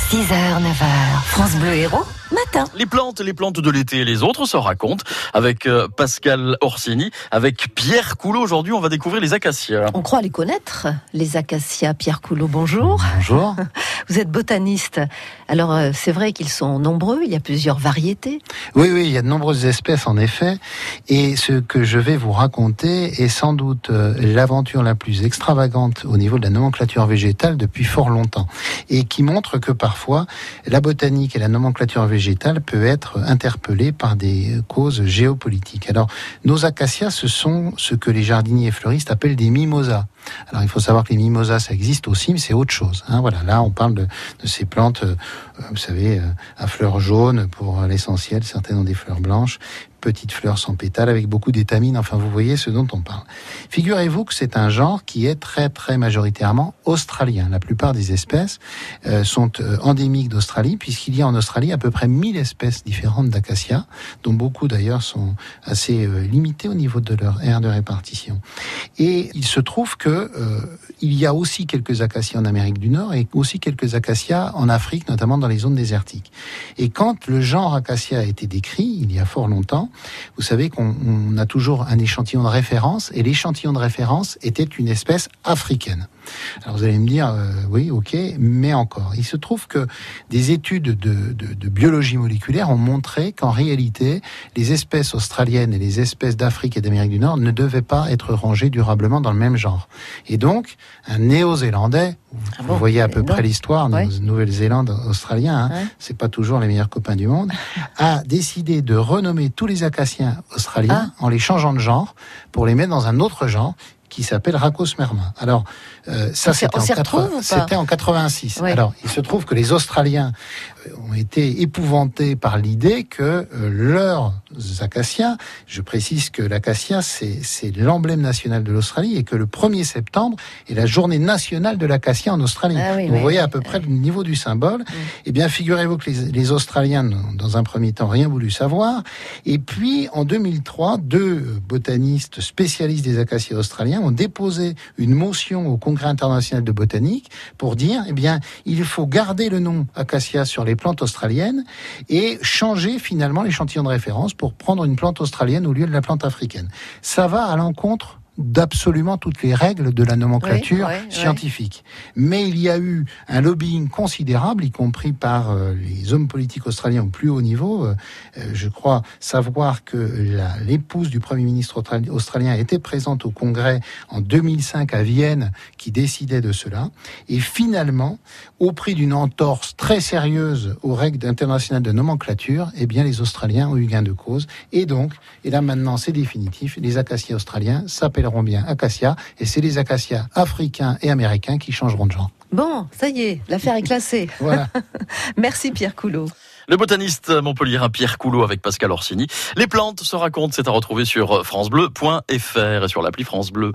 6h, 9h, France Bleu Héros, matin. Les plantes de l'été et les autres se racontent avec Pascal Orsini, avec Pierre Coulot. Aujourd'hui, on va découvrir les acacias. On croit les connaître, les acacias. Pierre Coulot, bonjour. Bonjour. Vous êtes botaniste. Alors, c'est vrai qu'ils sont nombreux, il y a plusieurs variétés. Oui, il y a de nombreuses espèces en effet. Et ce que je vais vous raconter est sans doute l'aventure la plus extravagante au niveau de la nomenclature végétale depuis fort longtemps. Et qui montre que parfois, la botanique et la nomenclature végétale peut être interpellée par des causes géopolitiques. Alors, nos acacias, ce sont ce que les jardiniers et fleuristes appellent des mimosas. Alors, il faut savoir que les mimosas, ça existe aussi, mais c'est autre chose. Voilà, là, on parle de ces plantes, vous savez, à fleurs jaunes pour l'essentiel, certaines ont des fleurs blanches, petites fleurs sans pétales avec beaucoup d'étamines. Enfin, vous voyez ce dont on parle. Figurez-vous que c'est un genre qui est très, très majoritairement australien. La plupart des espèces sont endémiques d'Australie, puisqu'il y a en Australie à peu près 1000 espèces différentes d'acacias, dont beaucoup d'ailleurs sont assez limitées au niveau de leur aire de répartition. Et il se trouve que il y a aussi quelques acacias en Amérique du Nord et aussi quelques acacias en Afrique, notamment dans les zones désertiques. Et quand le genre acacia a été décrit, il y a fort longtemps, vous savez qu'on a toujours un échantillon de référence, et l'échantillon de référence était une espèce africaine. Alors vous allez me dire, oui, ok, mais encore. Il se trouve que des études de biologie moléculaire ont montré qu'en réalité, les espèces australiennes et les espèces d'Afrique et d'Amérique du Nord ne devaient pas être rangées durablement dans le même genre. Et donc, un Néo-Zélandais, vous voyez à peu près l'histoire, Nouvelle-Zélande, Australien, c'est pas toujours les meilleurs copains du monde, a décidé de renommer tous les acacias australiens en les changeant de genre pour les mettre dans un autre genre qui s'appelle Rhacosmerma. Alors, ça, c'était en 86. Oui. Alors, il se trouve que les Australiens ont été épouvantés par l'idée que leurs acacias, je précise que l'acacia, c'est l'emblème national de l'Australie et que le 1er septembre est la journée nationale de l'acacia en Australie. Vous voyez à peu près le niveau du symbole. Eh bien, figurez-vous que les Australiens n'ont, dans un premier temps, rien voulu savoir. Et puis, en 2003, 2 botanistes spécialistes des acacias australiens ont déposé une motion au Congrès international de botanique pour dire, eh bien, il faut garder le nom acacia sur les plantes australiennes et changer finalement l'échantillon de référence pour prendre une plante australienne au lieu de la plante africaine. Ça va à l'encontre d'absolument toutes les règles de la nomenclature scientifique. Mais il y a eu un lobbying considérable, y compris par les hommes politiques australiens au plus haut niveau. Je crois savoir que l'épouse du Premier ministre australien était présente au Congrès en 2005 à Vienne, qui décidait de cela. Et finalement, au prix d'une entorse très sérieuse aux règles internationales de nomenclature, eh bien les Australiens ont eu gain de cause. Et donc, et là maintenant c'est définitif, les acacias australiens s'appelleront bien acacia, et c'est les acacias africains et américains qui changeront de genre. Bon, ça y est, l'affaire est classée. Voilà. Merci Pierre Coulot. Le botaniste montpelliérain Pierre Coulot avec Pascal Orsini. Les plantes se racontent, c'est à retrouver sur francebleu.fr et sur l'appli France Bleu.